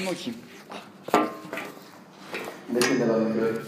bakayım. Metin devam ediyor.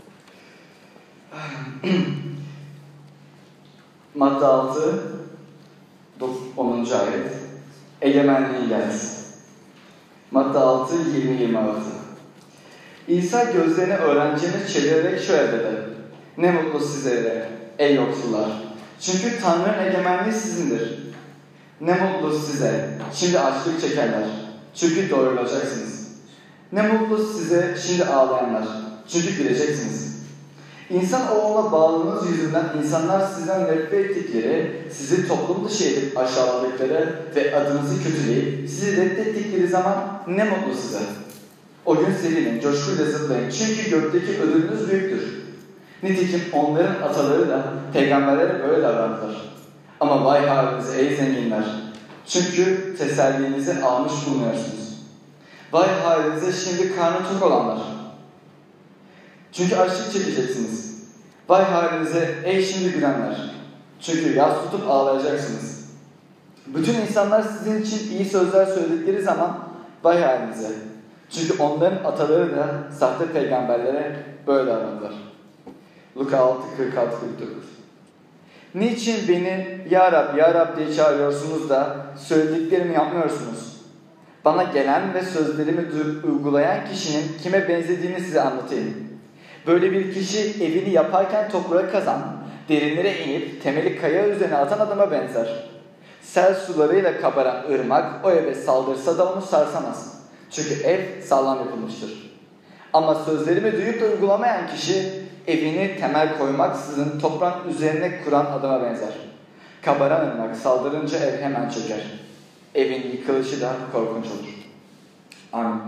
Madde 6, 10. ayet. Egemenliğin gelsin. Madde 6, 20-26. İsa gözlerini öğrencine çevirerek şöyle dedi. Ne mutlu size ey yoksullar. Çünkü Tanrı'nın egemenliği sizindir. Ne mutlu size şimdi açlık çekenler. Çünkü doyurulacaksınız. Ne mutlu size şimdi ağlayanlar. Çünkü güleceksiniz. İnsan oğluna bağlılığınız yüzünden insanlar sizden nefret ettikleri, sizi toplum dışı edip aşağıladıkları ve adınızı kötüleyip sizi reddettikleri zaman ne mutlu size. O gün sevinin, coşkuyla zıplayın. Çünkü gökteki ödülünüz büyüktür. Nitekim onların ataları da peygamberlere böyle davrandılar. Ama vay halinize ey zenginler. Çünkü tesellinizi almış bulunuyorsunuz. Vay halinize şimdi karnı tok olanlar. Çünkü açlık çekeceksiniz. Vay halinize ey şimdi gülenler. Çünkü yas tutup ağlayacaksınız. Bütün insanlar sizin için iyi sözler söyledikleri zaman vay halinize. Çünkü onların ataları da sahte peygamberlere böyle davrandılar. Luka 6, 46, 49. Niçin beni Ya Rab, Ya Rab diye çağırıyorsunuz da söylediklerimi yapmıyorsunuz? Bana gelen ve sözlerimi uygulayan kişinin kime benzediğini size anlatayım. Böyle bir kişi evini yaparken toprağa kazan, derinlere inip temeli kaya üzerine atan adama benzer. Sel sularıyla kabaran ırmak o eve saldırsa da onu sarsamaz. Çünkü ev sağlam yapılmıştır. Ama sözlerimi duyup da uygulamayan kişi evini temel koymaksızın toprağın üzerine kuran adama benzer. Kabaran ırmak saldırınca ev hemen çöker. Evin yıkılışı da korkunç olur. Amin.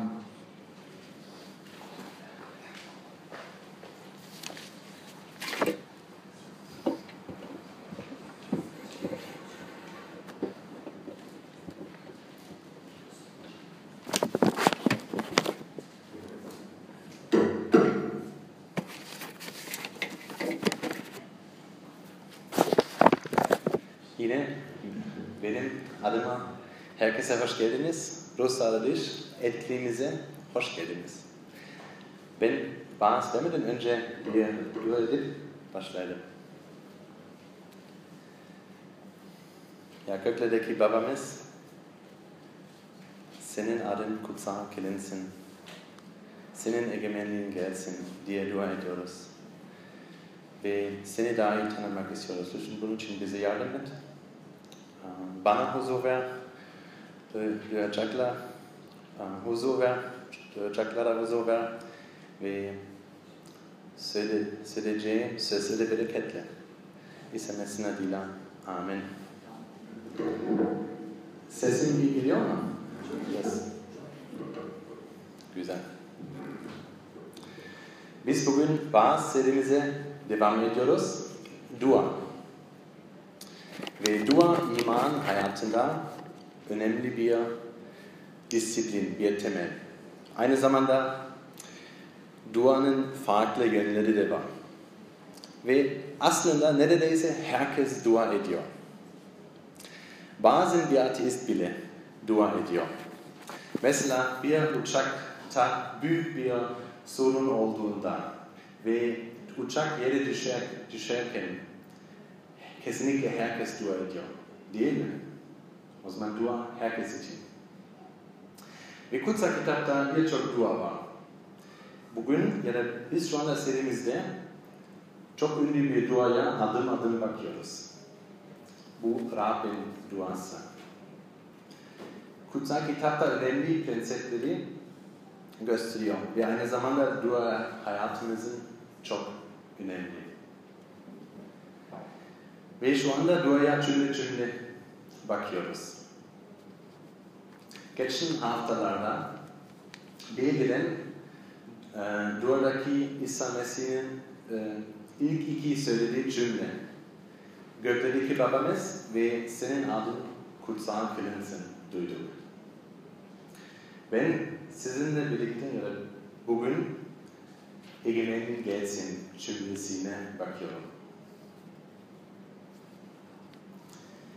Yine benim adıma herkese hoş geldiniz. Ruslarla etkinliğimize hoş geldiniz. Ben vaaz vermeden önce bir dua edip başlayalım. Ya göklerdeki babamız, senin adın kutsal kılınsın. Senin egemenliğin gelsin diye dua ediyoruz. Ve seni daha iyi tanımak istiyoruz. Bunun için bize yardım et. Bana huzur ver, duyacaklara huzur ver ve söyleyeceğim sözleri bereketle. İstemesine adıyla. Amin. Sesim iyi geliyor mu? Yes. Güzel. Biz bugün vaaz serimize devam ediyoruz. Dua. Ve dua iman hayatında önemli bir disiplin, bir temel. Aynı zamanda duanın farklı yönleri de var. Ve aslında neredeyse herkes dua ediyor. Bazen bir ateist bile dua ediyor. Mesela bir uçakta büyük bir sorun olduğunda ve uçak yere düşerken kesinlikle herkes dua ediyor. Değil mi? O zaman dua herkes için. Ve kutsal kitapta birçok dua var. Bugün ya da biz şu anda serimizde çok ünlü bir duaya adım adım bakıyoruz. Bu Rab'in duası. Kutsal kitapta önemli prensipleri gösteriyor. Ve aynı zamanda dua hayatımızın çok önemli. Ve şu anda duaya cümle bakıyoruz. Geçen haftalarda belirlen duadaki İsa Mesih'in ilk iki söylediği cümle. Gökteki babamız ve senin adın kutsal kılınsın duyduk. Ben sizinle birlikte bugün egemenliğin gelsin cümlesine bakıyorum.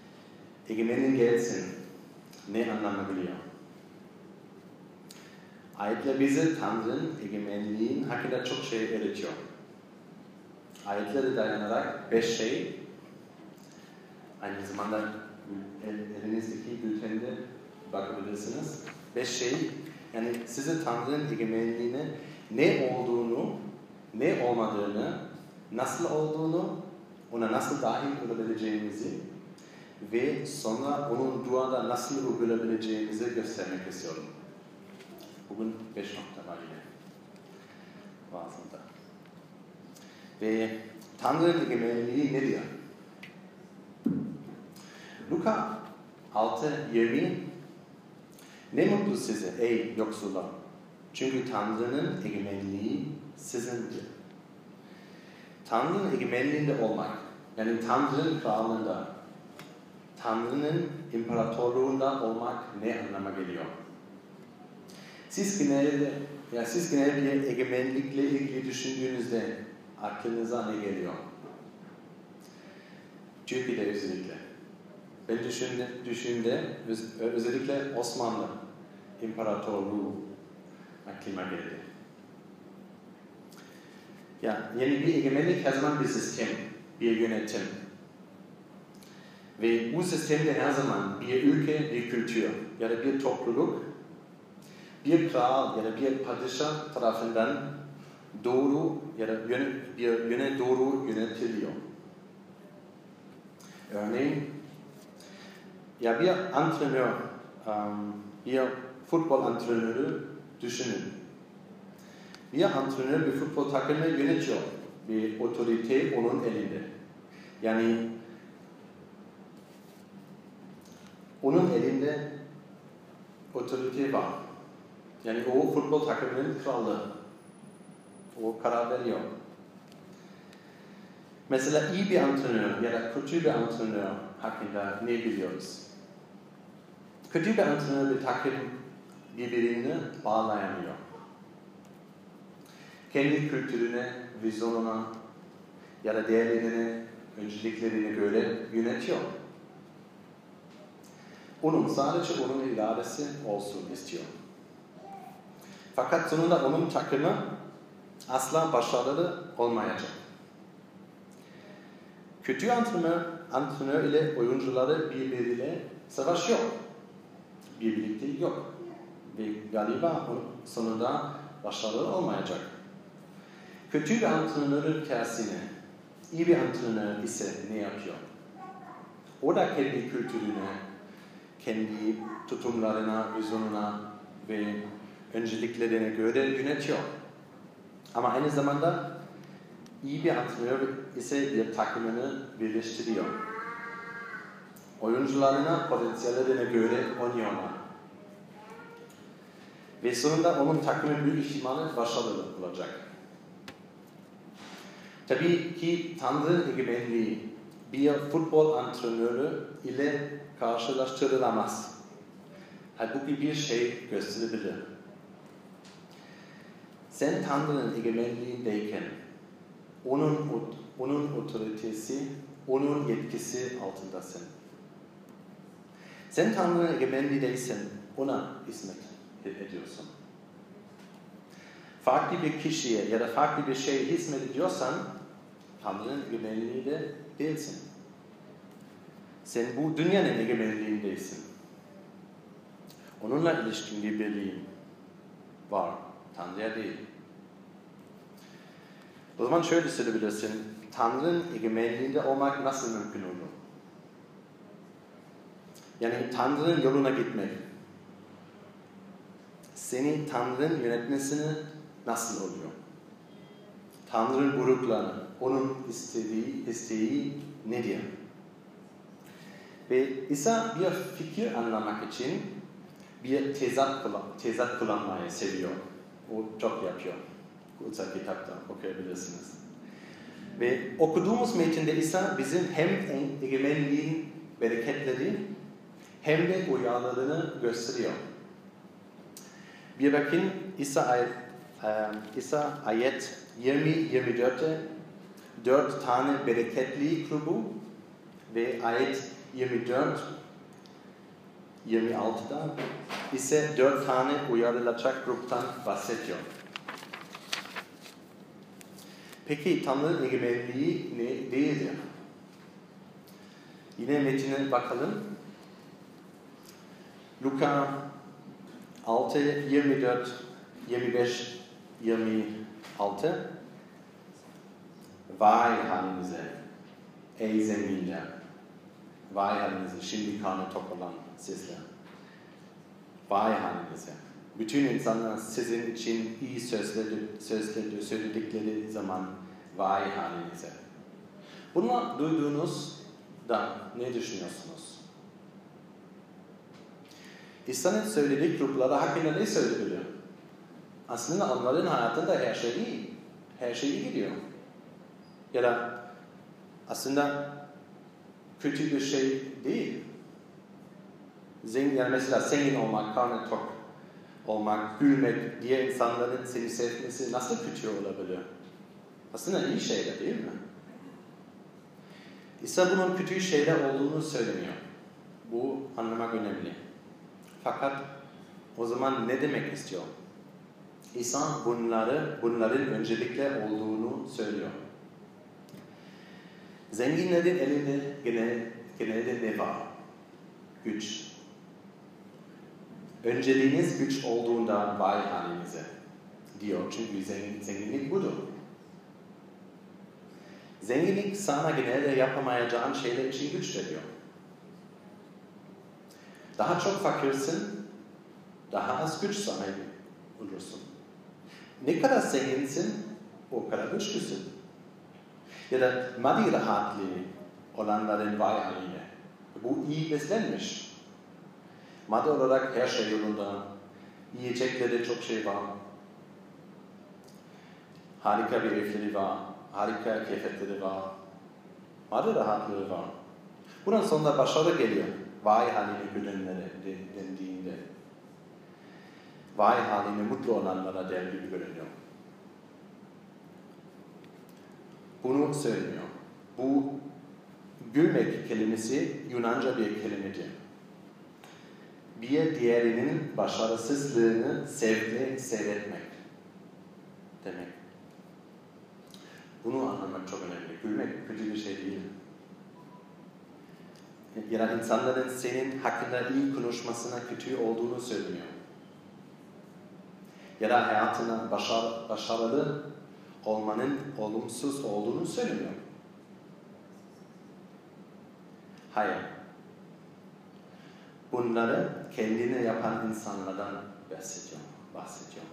Egemenliğin gelsin ne anlamı biliyor? Ayetler bize Tanrı'nın egemenliğinin hakkında çok şey öğretiyor. Ayetlere dayanarak 5 şey, aynı zamanda elinizdeki bültende bakabilirsiniz. 5 şey, yani size Tanrı'nın egemenliğine ne olduğunu, ne olmadığını, nasıl olduğunu, ona nasıl dahil olabileceğimizi ve sonra onun duada nasıl uygulayabileceğimizi göstermek istiyorum. Bugün 5 nokta var yine vaazında. Ve Tanrı'nın egemenliği nedir? Luka 6:20 Ne mutlu size ey yoksullar. Çünkü Tanrı'nın egemenliği sizindir. Tanrı'nın egemenliğinde olmak, yani Tanrı'nın krallığında, Tanrı'nın imparatorluğunda olmak ne anlama geliyor? Siz genelde bir egemenlikle ilgili düşündüğünüzde aklınıza ne geliyor? Türkiye'de özellikle. Ben düşündüğümde özellikle Osmanlı İmparatorluğu aklıma geldi. Yani bir egemenlik her zaman bir sistem, bir yönetim. Ve bu sistemde her zaman bir ülke, bir kültür ya da bir topluluk, bir kral ya da bir padişah tarafından doğru ya da bir yöne doğru yönetiliyor. Örneğin, bir antrenör, bir futbol antrenörü düşünün. Bir antrenör bir futbol takımını yönetiyor. Bir otorite onun elinde. Yani onun elinde otorite var. Yani o futbol takımının kralı. O karar veriyor. Mesela iyi bir antrenör ya da kötü bir antrenör hakkında ne biliyoruz? Kötü bir antrenör bir takım birbirini bağlayamıyor. Kendi kültürüne, vizyonuna ya da değerlerine, önceliklerine göre yönetiyor. Sadece onun iradesi olsun istiyor. Fakat sonunda onun takımı asla başarılı olmayacak. Kötü antrenör ile oyuncuları birbiriyle savaşıyor. Bir birliktelik yok. Ve galiba sonunda başarılı olmayacak. Kötü bir antrenörün tersine, iyi bir antrenör ise ne yapıyor? O da kendi kültürüne, kendi tutumlarına, vizyonuna ve önceliklerine göre yönetiyor. Ama aynı zamanda iyi bir antrenör ise bir takımını birleştiriyor. Oyuncularına, potansiyellerine göre oynuyorlar. Ve sonunda onun takımı büyük ihtimalle başarılı olacak. Tabii ki Tanrı'nın egemenliği bir futbol antrenörü ile karşılaştırılamaz. Halbuki bir şey gösterebilir. Sen Tanrı'nın egemenliğindeyken onun otoritesi, onun yetkisi altındasın. Sen Tanrı'nın egemenliğindeysen ona hizmet ediyorsun. Farklı bir kişiye ya da farklı bir şeye hizmet ediyorsan Tanrı'nın egemenliğinde değilsin. Sen bu dünyanın egemenliğindesin. Onunla ilişkin bir birliğin var. Tanrı'ya değil. O zaman şöyle söyleyebilirsin. Tanrı'nın egemenliğinde olmak nasıl mümkün olur? Yani Tanrı'nın yoluna gitmek. Seni Tanrı'nın yönetmesini nasıl oluyor? Tanrı'nın buyruklarını, onun isteği nedir? Ve İsa bir fikir anlamak için bir tezat kullanmayı seviyor. O çok yapıyor. Kutsal kitapta okuyabilirsiniz. Ve okuduğumuz metinde İsa bizim hem egemenliğin bereketleri hem de uyarılarını gösteriyor. Bir bakın İsa ayet 20-24'te 4 tane bereketli grubu ve ayet 24 26'da ise 4 tane uyarılacak gruptan bahsediyor. Peki Tanrı'nın egemenliği ne değildir? Yine metine bakalım. Luka 6, 24, 25, 26. Vay halinize, ey zenginler. Vay halinize, şimdi karnı tok olan sizler. Vay halinize. Bütün insanlar sizin için iyi sözleri söyledikleri zaman vay halinize. Bunu duyduğunuzda ne düşünüyorsunuz? İsa'nın söylediği gruplara hakkında ne söyleyebiliyor? Aslında onların hayatında her şey iyi. Her şey iyi gidiyor. Ya da aslında kötü bir şey değil. Yani mesela zengin olmak, karnı tok olmak, gülmek, diğer insanların seni sevmesi nasıl kötü olabilir? Aslında iyi şeyler değil mi? İsa bunun kötü şeyler olduğunu söylemiyor. Bu anlamak önemli. Fakat o zaman ne demek istiyor? İsa bunların öncelikle olduğunu söylüyor. Zenginlerin elinde genelde ne var? Güç. Önceliğiniz güç olduğundan vay halinize diyor. Çünkü zenginlik budur. Zenginlik sana genelde yapamayacağın şeyler için güç veriyor. Daha çok fakirsin, daha az güç sahibi olursun. Ne kadar zenginsin, o kadar güçlüsün. Ya da maddi rahatlığı olanların vay haline. Bu iyi beslenmiş. Maddi olarak her şey yolunda. Yiyecekleri çok şey var. Harika bir evleri var. Harika kıyafetleri var. Maddi rahatlığı var. Bundan sonra başarı geliyor. Vay haline gülenlere dendiğinde. Vay haline mutlu olanlara dendiği görünüyor. Bunu söylemiyor. Bu gülmek kelimesi Yunanca bir kelimedir. Bir diğerinin başarısızlığını seyretmek demek. Bunu anlamak çok önemli. Gülmek kötü bir şey değil. Ya da insanların senin hakkında iyi konuşmasına kötü olduğunu söylemiyor. Ya da hayatına başarılı olmanın olumsuz olduğunu söylemiyor. Hayır. Bunları kendine yapan insanlardan bahsediyor.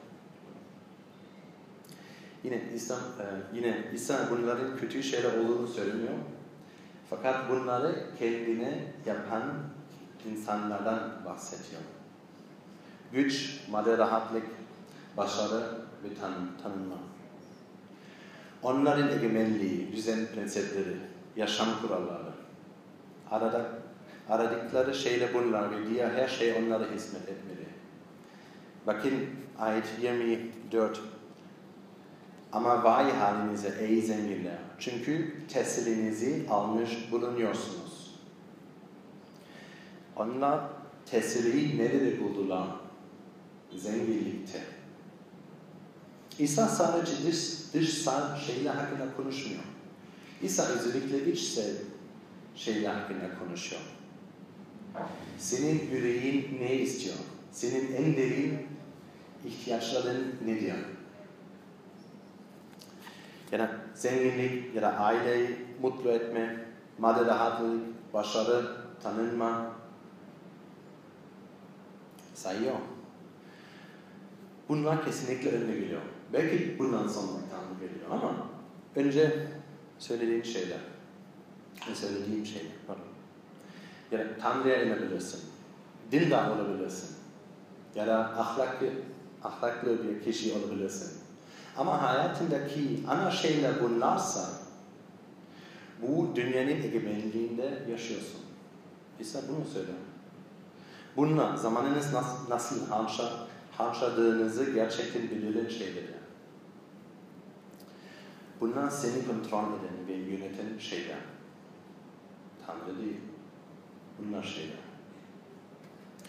Yine İsa bunların kötü şeyler olduğunu söylemiyor. Fakat bunları kendine yapan insanlardan bahsediyor. Güç, madde rahatlık, başarı ve tanınma. Onların egemenliği, düzen prensipleri, yaşam kuralları. Aradıkları şeyler bunlar ve diğer her şey onlara hizmet etmeli. Bakın ayet 24. Ama vay halinize ey zenginler. Çünkü tesirinizi almış bulunuyorsunuz. Onlar tesiri nerede buldular? Zenginlikte. İsa sadece dışsal şeyler hakkında konuşmuyor. İsa özellikle içsel şeyler hakkında konuşuyor. Senin yüreğin ne istiyor? Senin en derin ihtiyaçların nedir? Ya da zenginlik ya da aileyi mutlu etme, madde rahatlık, başarı, tanınma sayıyor. Bunlar kesinlikle önüne geliyor. Belki bundan sonra Tanrı geliyor ama önce söylediğim şeyler. Ya da Tanrı'ya inanabilirsin. Dindar olabilirsin. Ya da ahlaklı bir kişi olabilirsin. Ama hayatındaki ana şeyler bunlarsa bu dünyanın egemenliğinde yaşıyorsun. İsa bunu söylüyor. Bunlar zamanınız nasıl harcadığınızı gerçekten belirleyen şeyler. Bunlar seni kontrol eden ve yöneten şeyler. Tanrı değil. Bunlar şeyler.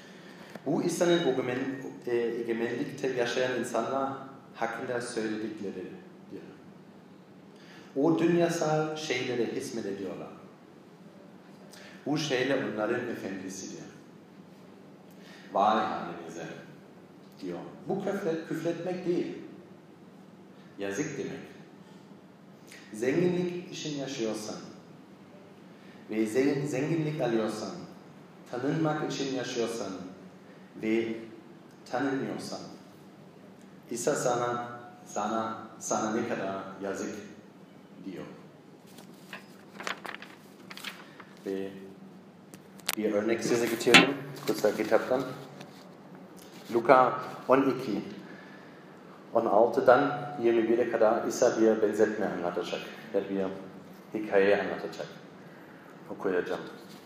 Bu İsa'nın egemenlikte yaşayan insanlar hakkında söyledikleri diyor. O dünyasal şeylere hizmet ediyorlar. Bu şeyler onların efendisidir. Vay halinize diyor. Bu küfretmek değil. Yazık demek. Zenginlik için yaşıyorsan ve zenginlik alıyorsan, tanınmak için yaşıyorsan ve tanınmıyorsan, İsa sana ne kadar yazık diyor. Ve bir örnek size getirdim kutsal kitaptan. Luka 12, 16'dan 21'e kadar İsa bir benzetme anlatacak. Bir hikaye anlatacak. Okuyacağım.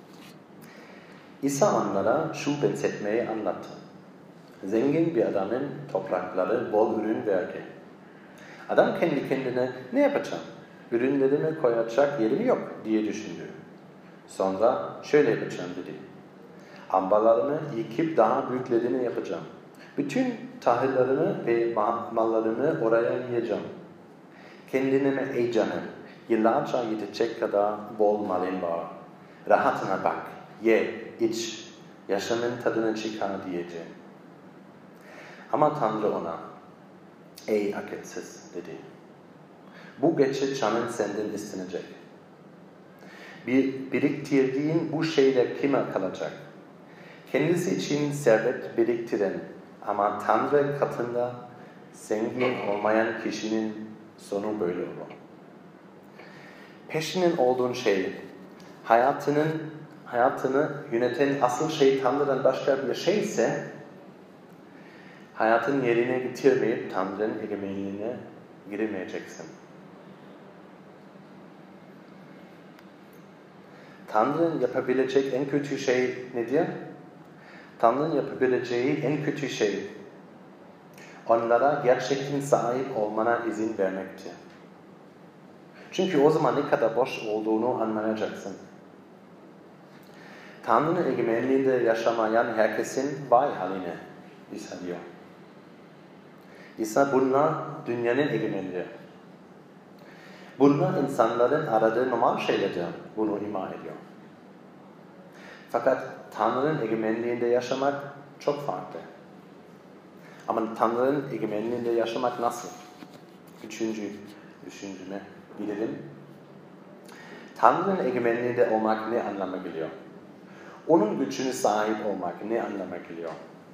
İsa onlara şu benzetmeyi anlattı. Zengin bir adamın toprakları bol ürün verdi. Adam kendi kendine ne yapacağım? Ürünlerimi koyacak yerim yok diye düşündü. Sonra şöyle yapacağım dedi. Ambarlarımı yıkıp daha büyüklerini yapacağım. Bütün tahıllarımı ve mallarımı oraya yiyeceğim. Kendime ey canım, yıllarca yetecek kadar bol malın var. Rahatına bak, ye, iç, yaşamın tadını çıkar diyeceğim. Ama Tanrı ona, ey akılsız dedi. Bu gece canın senden istenecek. Biriktirdiğin bu şeyler kime kalacak? Kendisi için servet biriktiren ama Tanrı katında zengin olmayan kişinin sonu böyle olur. Peşinin olduğun şey, hayatını yöneten asıl şey Tanrı'dan başka bir şey ise, hayatın yerine getirmeyip Tanrı'nın egemenliğine giremeyeceksin. Tanrı'nın yapabilecek en kötü şey nedir? Tanrı'nın yapabileceği en kötü şey, onlara gerçekten sahip olmana izin vermektir. Çünkü o zaman ne kadar boş olduğunu anlayacaksın. Tanrı'nın egemenliğinde yaşamayan herkesin vay haline İsa diyor. İsa bunlar dünyanın egemenliği. Bunlar insanların aradığı normal şeylerdir. Bunu ima ediyor. Fakat Tanrı'nın egemenliğinde yaşamak çok farklı. Ama Tanrı'nın egemenliğinde yaşamak nasıl? Üçüncü düşünceme gidelim. Tanrı'nın egemenliğinde olmak ne anlama geliyor? Onun gücüne sahip olmak ne anlama geliyor?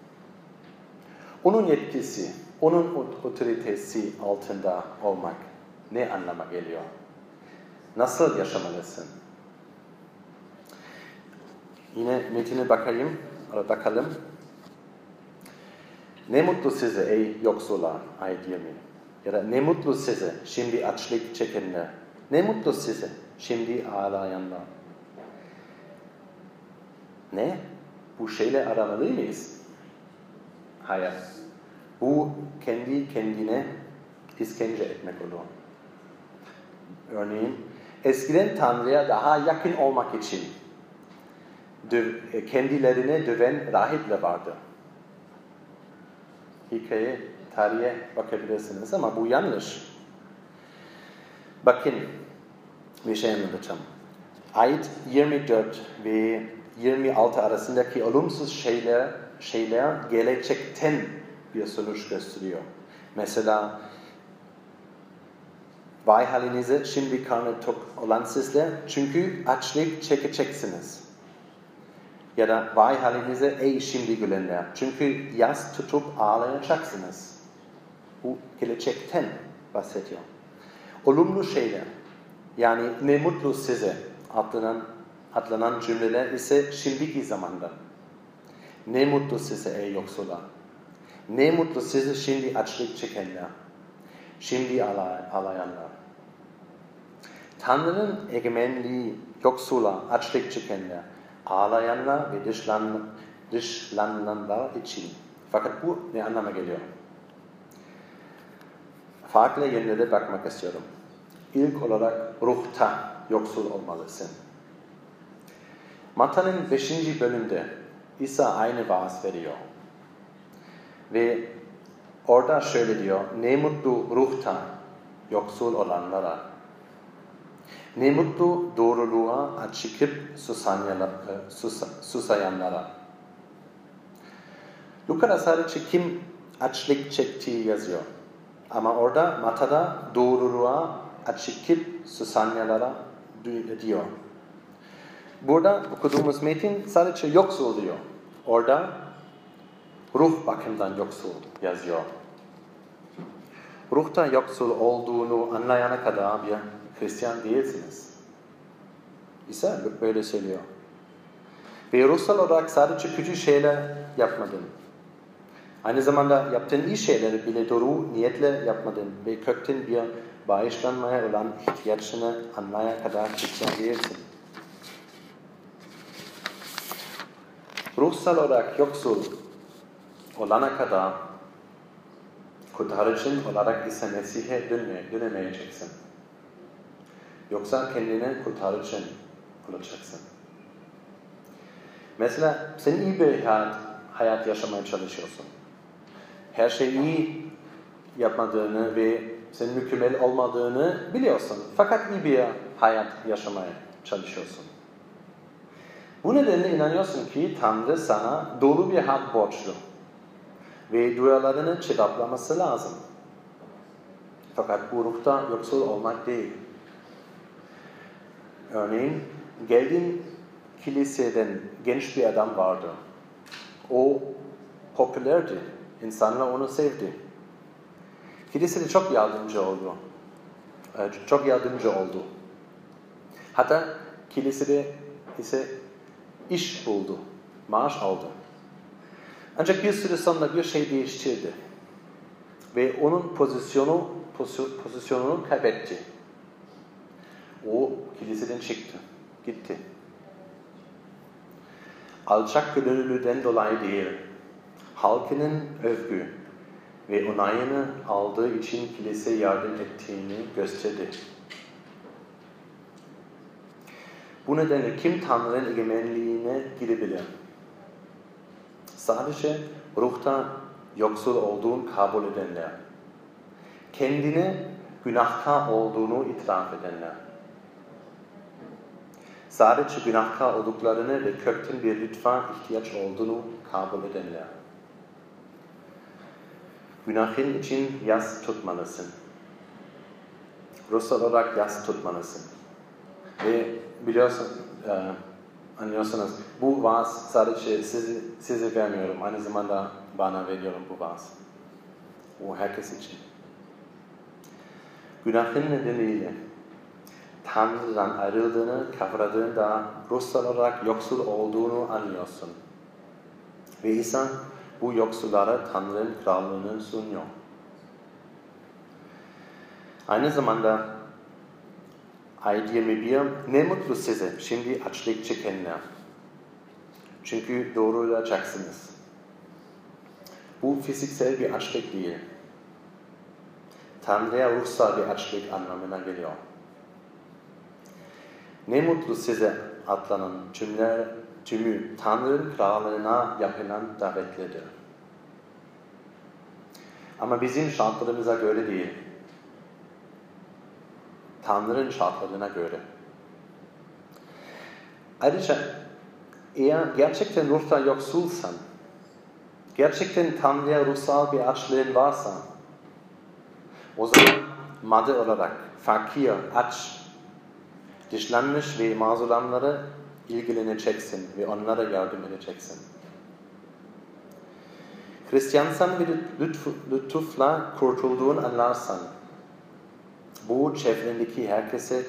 Onun yetkisi, onun otoritesi altında olmak ne anlama geliyor? Nasıl yaşamalısın? Yine metine bakalım. Ne mutlu size ey yoksullar, ayet 20. Ya da ne mutlu size şimdi açlık çekenler. Ne mutlu size şimdi ağlayanlar. Ne? Bu şeyle aramalı mıyız? Hayır. Bu kendi kendine işkence etmek olur. Örneğin eskiden Tanrı'ya daha yakın olmak için kendilerine döven rahipler vardı. Hikaye, tarihe bakabilirsiniz ama bu yanlış. Bakın, bir şey anlatacağım. Ayet 24 ve 26 arasındaki olumsuz şeyler gelecekten bir sonuç gösteriyor. Mesela, vay halinize şimdi karnı tok olan sizler çünkü açlık çekeceksiniz. Ya da vay halinize ey şimdi gülenler çünkü yas tutup ağlayacaksınız. Bu gelecekten bahsediyor. Olumlu şeyler yani ne mutlu size adlanan cümleler ise şimdiki zamanda. Ne mutlu size ey yoksullar. Ne mutlu size şimdi açlık çekenler. Şimdi ağlayanlar. Tanrı'nın egemenliği yoksullar, açlık çekenler, ağlayanlar ve dışlananlar için. Fakat bu ne anlama geliyor? Farklı yönlere bakmak istiyorum. İlk olarak ruhta yoksul olmalısın. Matta'nın 5. bölümde İsa aynı vaaz veriyor. Ve orada şöyle diyor, ne mutlu ruhta yoksul olanlara. Ne mutlu doğruluğa açıkıp susayanlara. Luka'da sadece kim açlık çektiği yazıyor. Ama orada Mata'da doğruluğa açıkıp susayanlara diyor. Burada okuduğumuz metin sadece yoksul diyor. Orada ruh bakımından yoksul yazıyor. Ruhta yoksul olduğunu anlayana kadar bir Hristiyan değilsiniz. İsa böyle söylüyor. Ve ruhsal olarak sadece kötü şeyler yapmadın. Aynı zamanda yaptığın iyi şeyleri bile doğru niyetle yapmadın ve kökten bir bağışlanmaya olan ihtiyaçını anlayana kadar Hristiyan değilsin. Ruhsal olarak yoksul olana kadar kurtarıcın olarak İsa Mesih'e dönemeyeceksin. Yoksa kendine kurtarıcın olacaksın. Mesela sen iyi bir hayat yaşamaya çalışıyorsun. Her şeyi iyi yapmadığını ve senin mükemmel olmadığını biliyorsun. Fakat iyi bir hayat yaşamaya çalışıyorsun. Bu nedenle inanıyorsun ki Tanrı sana dolu bir hayat borçlu ve dualarını cevaplaması lazım. Fakat bu ruhta yoksul olmak değil. Örneğin geldiğin kiliseden genç bir adam vardı. O popülerdi. İnsanlar onu sevdi. Kilisede çok yardımcı oldu. Hatta kilisede ise iş buldu. Maaş aldı. Ancak bir süre sonra bir şey değiştirdi. Ve onun pozisyonunu kaybetti. O kiliseden çıktı. Gitti. Alçak gönüllülüğünden dolayı değil, halkının övgü ve onayını aldığı için kilise yardım ettiğini gösterdi. Bu nedenle kim Tanrı'nın egemenliğine girebilir? Sadece ruhta yoksul olduğunu kabul edenler, kendine günahkar olduğunu itiraf edenler, sadece günahkar olduklarını ve kökten bir lütfa ihtiyaç olduğunu kabul edenler. Günahın için yas tutmalısın. Ruhsal olarak yas tutmalısın. Ve anlıyorsunuz, bu vaaz sadece size vermiyorum. Aynı zamanda bana veriyorum bu vaaz. O herkes için. Günahın nedeniyle Tanrı'dan ayrıldığını kavradığında ruhsal olarak yoksul olduğunu anlıyorsun. Ve İsa bu yoksullara Tanrı'nın krallığını sunuyor. Aynı zamanda ayet 21, ne mutlu size şimdi açlık çekenler. Çünkü doyurulacaksınız. Bu fiziksel bir açlık değil. Tanrı'ya ruhsal bir açlık anlamına geliyor. Ne mutlu size atlanan tümü Tanrı'nın krallığına yapılan davetlidir. Ama bizim şartlarımıza göre değil. Tanrı'nın şartlarına göre. Ayrıca eğer gerçekten ruhta yoksulsan, gerçekten Tanrı'ya ruhsal bir açlığın varsa, o zaman madde olarak fakir, aç, dışlanmış ve mağzulanlara ilgileneceksin ve onlara yardım edeceksin. Hristiyansan ve lütufla kurtulduğunu anlarsan, bu çevrendeki herkese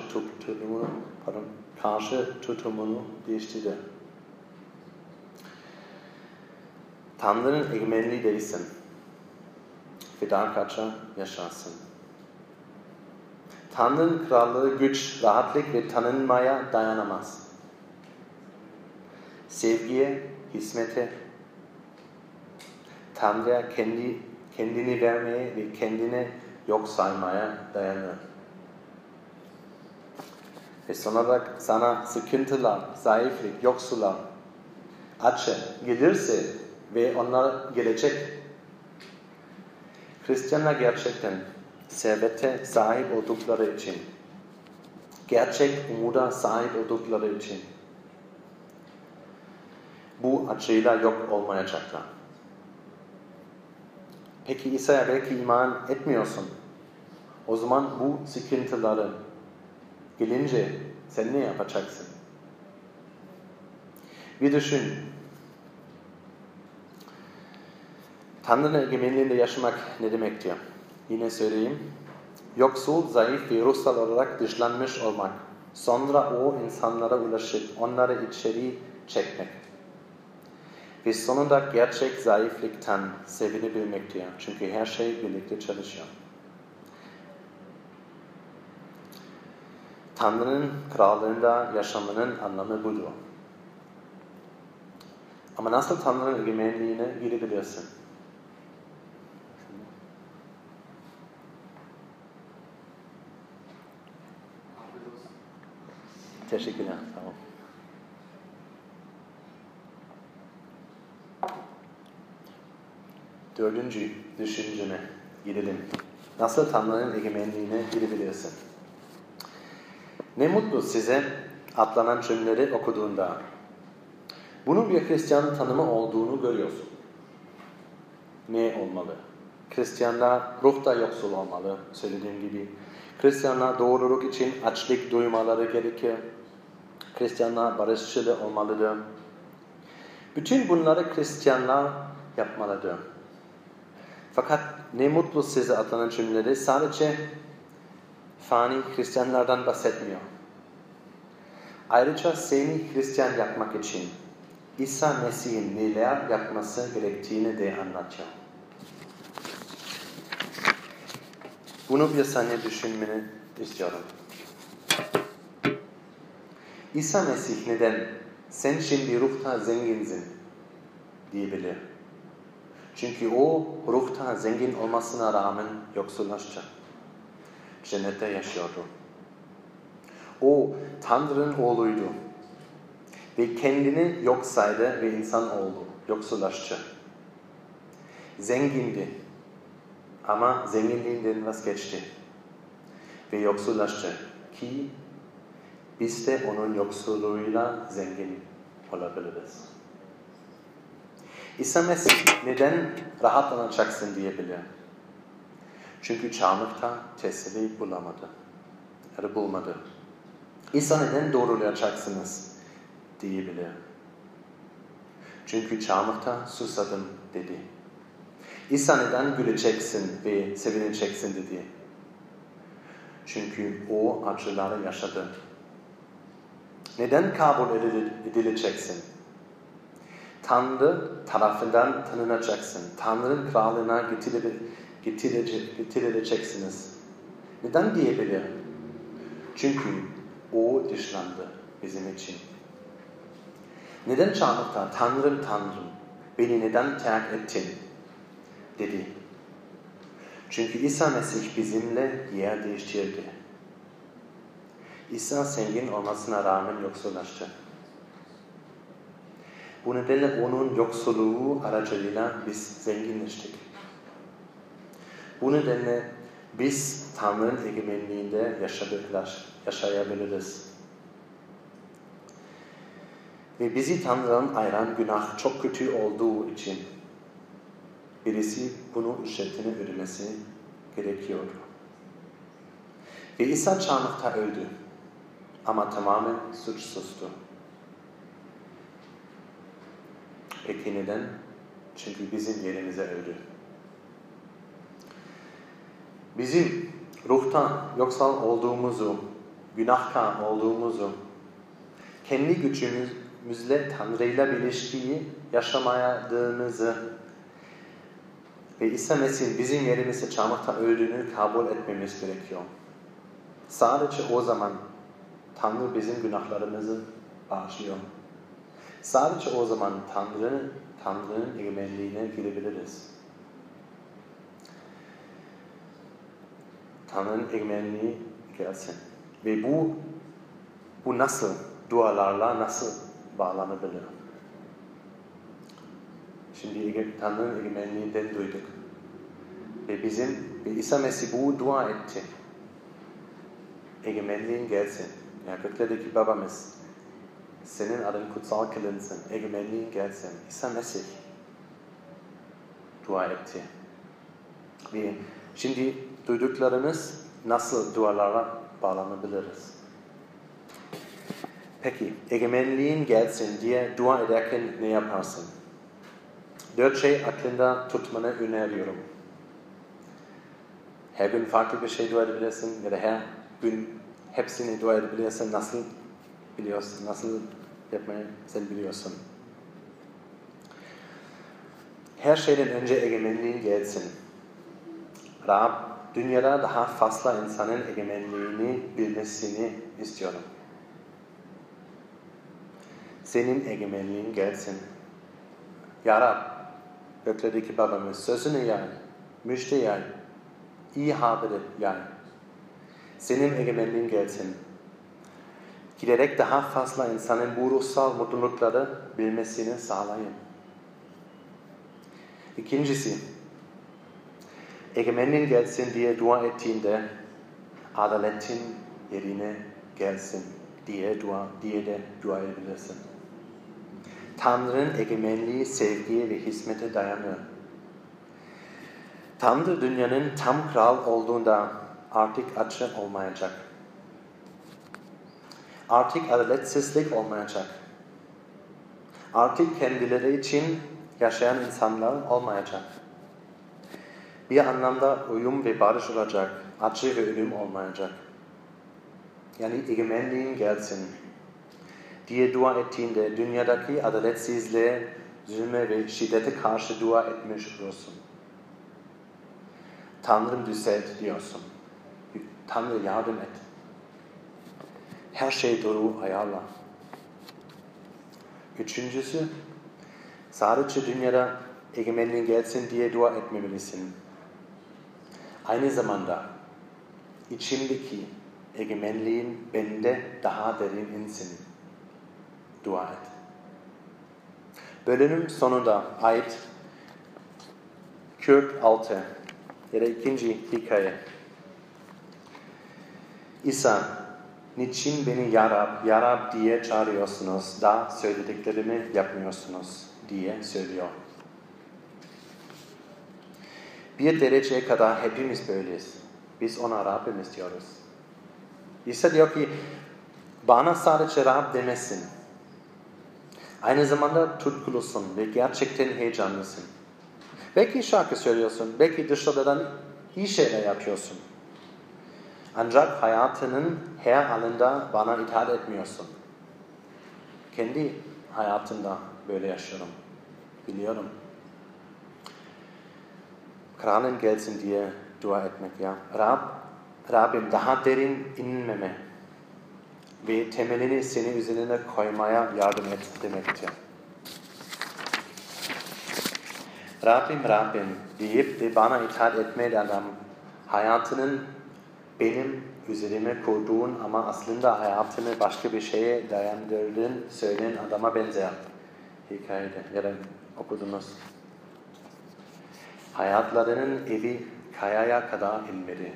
karşı tutumunu değiştirir. Tanrı'nın egemenliği değilsin. Fedakarca yaşarsın. Tanrı'nın krallığı güç, rahatlık ve tanınmaya dayanamaz. Sevgiye, hizmete, Tanrı'ya kendini vermeye ve kendini yok saymaya dayanır. Ve son olarak sana sıkıntılar, zayıflık, yoksullar, acı gelirse ve onlar gelecek Hristiyanlar gerçekten servete sahip oldukları için, gerçek umuda sahip oldukları için bu acıyla yok olmayacaklar. Peki İsa'ya belki iman etmiyorsun. O zaman bu sıkıntıları gelince sen ne yapacaksın? Bir düşün. Tanrı'nın egemenliğinde yaşamak ne demek diyor? Yine söyleyeyim. Yoksul, zayıf ve ruhsal olarak dışlanmış olmak. Sonra o insanlara ulaşıp onları içeri çekmek. Ve sonunda gerçek zayıflıktan sevinebilmek diyor. Çünkü her şey birlikte çalışıyor. Tanrı'nın krallığında yaşamanın anlamı budur. Ama nasıl Tanrı'nın egemenliğine girebilirsin? Teşekkürler. Tamam. Dördüncü düşünceme gidelim. Nasıl Tanrı'nın egemenliğine girebilirsin? Ne mutlu size atlanan cümleleri okuduğunda. Bunun bir Hristiyan tanımı olduğunu görüyorsun. Ne olmalı? Hristiyanlar ruhta yoksul olmalı, söylediğim gibi. Hristiyanlar doğruluk için açlık duymaları gerekir. Hristiyanlar barışçıl olmalıdır. Bütün bunları Hristiyanlar yapmalıdır. Fakat ne mutlu size atlanan cümleleri sadece fani Hristiyanlardan bahsetmiyor. Ayrıca seni Hristiyan yapmak için İsa Mesih'in neler yapması gerektiğini de anlatıyor. Bunu bir saniye düşünmeni istiyorum. İsa Mesih neden sen şimdi ruhta zenginsin diyebilir. Çünkü o ruhta zengin olmasına rağmen yoksullaştı. Cennette yaşıyordu. O Tanrı'nın oğluydu. Ve kendini yok saydı ve insan oldu. Yoksullaştı. Zengindi. Ama zenginliğinden vazgeçti. Ve yoksullaştı. Ki biz de onun yoksulluğuyla zengin olabiliriz. İsa Mesih neden rahatlanacaksın diyebilir. Çünkü çarmıhta teselli bulamadı. Ya da bulmadı. İsa neden doğrulayacaksınız diyebilir. Çünkü çarmıhta susadım dedi. İsa neden güleceksin ve sevineceksin dedi. Çünkü o acıları yaşadı. Neden kabul edileceksin? Tanrı tarafından tanınacaksın. Tanrı'nın krallığına getirileceksiniz. Neden diyebilir? Çünkü o dışlandı bizim için. Neden çarmıhta Tanrım Tanrım beni neden terk ettin dedi. Çünkü İsa Mesih bizimle yer değiştirdi. İsa zengin olmasına rağmen yoksullaştı. Bu nedenle onun yoksulluğu aracılığıyla biz zenginleştik. Bu nedenle biz Tanrı'nın egemenliğinde yaşayabiliriz. Ve bizi Tanrı'dan ayıran günah çok kötü olduğu için birisi bunu ücretini ödemesi gerekiyor. Ve İsa çarmıhta öldü. Ama tamamen suçsuzdu. Peki neden? Çünkü bizim yerimize öldü. Bizim ruhta yoksal olduğumuzu, günahkar olduğumuzu, kendi gücümüzle Tanrı'yla bir ilişkiyi yaşamadığımızı ve İsa Mesih'in bizim yerimize çarmıhta öldüğünü kabul etmemiz gerekiyor. Sadece o zaman Tanrı bizim günahlarımızı bağışlıyor. Sadece o zaman Tanrı'nın egemenliğine girebiliriz. Tanrı'nın egemenliği gelsin. Ve bu nasıl, dualarla nasıl bağlanabilir? Şimdi Tanrı'nın egemenliğinden duyduk. Ve İsa Mesih bu dua etti. Egemenliğin gelsin. Ya göklerdeki babamız, senin adın kutsal kılınsın, egemenliğin gelsin. İsa Mesih dua etti. Ve şimdi duyduklarımız nasıl dualara bağlanabiliriz? Peki, egemenliğin gelsin diye dua ederken ne yaparsın? 4 şey aklında tutmanı öneriyorum. Her gün farklı bir şey dua edebilirsin ya da her gün hepsini dua edebilirsin. Nasıl biliyorsun, nasıl yapmayı sen biliyorsun. Her şeyden önce egemenliğin gelsin. Rab, dünyada daha fazla insanın egemenliğini bilmesini istiyorum. Senin egemenliğin gelsin. Ya Rab, göklerdeki babamız sözünü yay, müjde yay, iyi haberi yay. Senin egemenliğin gelsin. Giderek daha fazla insanın bu ruhsal mutlulukları bilmesini sağlayın. İkincisi, egemenliğin gelsin diye dua ettiğinde adaletin yerine gelsin diye de dua edebilirsin. Tanrı'nın egemenliği sevgiye ve hizmete dayanır. Tanrı dünyanın tam kral olduğunda artık acı olmayacak. Artık adaletsizlik olmayacak. Artık kendileri için yaşayan insanlar olmayacak. Bir anlamda uyum ve barış olacak. Acı ve ölüm olmayacak. Yani egemenliğin gelsin diye dua ettiğinde dünyadaki adaletsizliğe, zulme ve şiddete karşı dua etmiş olursun. Tanrım düzelt diyorsun. Tanrı yardım et. Her şey doğru ayarla. Üçüncüsü, sadece dünyada egemenliğin gelsin diye dua etmemelisin. Aynı zamanda içimdeki egemenliğin bende daha derin insin. Dua et. Bölümün sonunda ayet 46 ya da ikinci hikaye. İsa, niçin beni ya Rab diye çağırıyorsunuz da söylediklerimi yapmıyorsunuz diye söylüyor. Bir dereceye kadar hepimiz böyleyiz. Biz ona Rabbimiz diyoruz. İsa diyor ki, bana sadece Rab demesin. Aynı zamanda tutkulusun ve gerçekten heyecanlısın. Belki şarkı söylüyorsun, belki dışarıdan iyi şeyler yapıyorsun. Ancak hayatının her alanında bana itaat etmiyorsun. Kendi hayatında böyle yaşıyorum. Biliyorum. Kralın gelsin diye dua etmek ya. Rabbim daha derin inmeme ve temelini senin üzerine koymaya yardım et demektir. Rabbim deyip de bana itaat etmeyen adam hayatının benim üzerime kurduğun ama aslında hayatını başka bir şeye dayandırdığın söyleyen adama benzer. Hikayede ya da okudunuz. Hayatlarının evi kayaya kadar inmedi.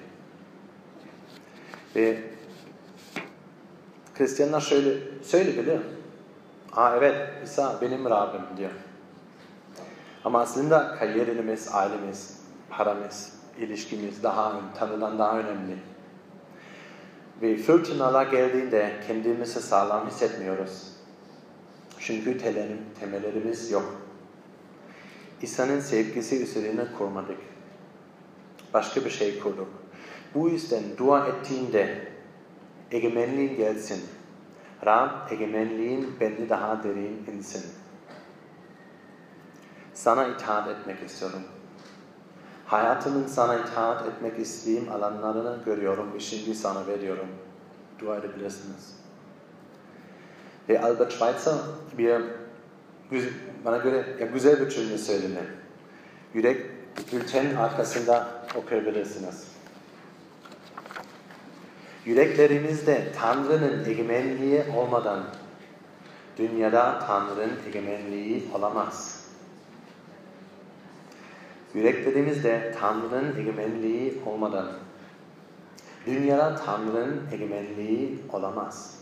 Ve Hristiyanlar şöyle söyleyebilir. Evet, İsa benim Rabbim diyor. Ama aslında kariyerimiz, ailemiz, paramız, ilişkimiz Tanrı'dan daha önemli. Ve fırtınalar geldiğinde kendimizi sağlam hissetmiyoruz. Çünkü temellerimiz yok. İsa'nın sevgisi üzerine kurmadık. Başka bir şey kurduk. Bu yüzden dua ettiğinde egemenliğin gelsin. Rab egemenliğin beni daha derin insin. Sana itaat etmek istiyorum. Hayatımın sana itaat etmek istediğim alanlarını görüyorum ve şimdi sana veriyorum. Dua edebilirsiniz. Ve Albert Schweitzer bana göre güzel bir cümle söyledi. Yürek bülten arkasında okuyabilirsiniz. Yüreklerimizde Tanrı'nın egemenliği olmadan dünyada Tanrı'nın egemenliği olamaz. Yüreklerimizde Tanrı'nın egemenliği olmadan dünyada Tanrı'nın egemenliği olamaz.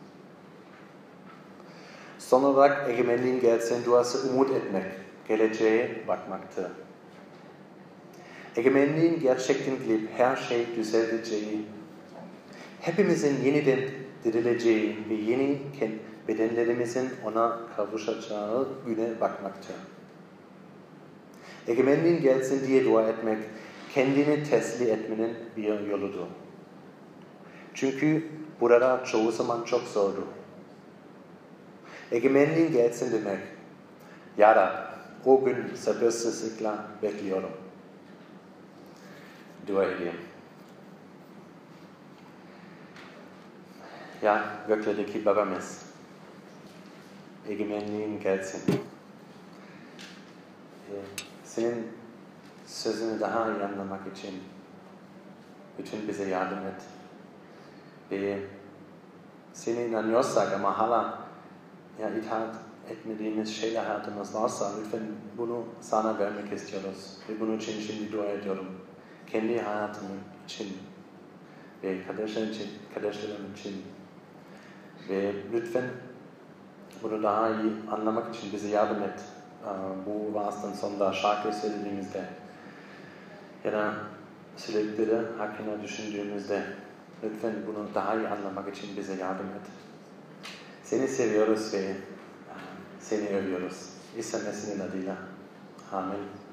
Son olarak egemenliğin gelsin duası umut etmek, geleceğe bakmaktır. Egemenliğin gerçekten gelip her şey düzeleceği, hepimizin yeniden dirileceği ve yeni bedenlerimizin ona kavuşacağı güne bakmaktır. Egemenliğin gelsin diye dua etmek, kendini teslim etmenin bir yoludur. Çünkü burada çoğu zaman çok zordur. Egemenliğin gelsin demek, ya da o gün sabırsızlıkla bekliyorum. Dua edeyim. Ya göklerdeki babamız, egemenliğin gelsin. Senin sözünü daha iyi anlamak için bütün bize yardım et. Ve seni inanıyorsak ama hala itaat etmediğimiz şeyler hayatımız varsa lütfen bunu sana vermek istiyoruz. Ve bunun için şimdi dua ediyorum. Kendi hayatım için ve kardeşlerim için. Ve lütfen bunu daha iyi anlamak için bize yardım et. Bu vaazdan sonra şarkı söylediğimizde ya da sürekli hakkında düşündüğümüzde lütfen bunu daha iyi anlamak için bize yardım et. Seni seviyoruz ve seni övüyoruz. İsa Mesih'in adıyla. Amin.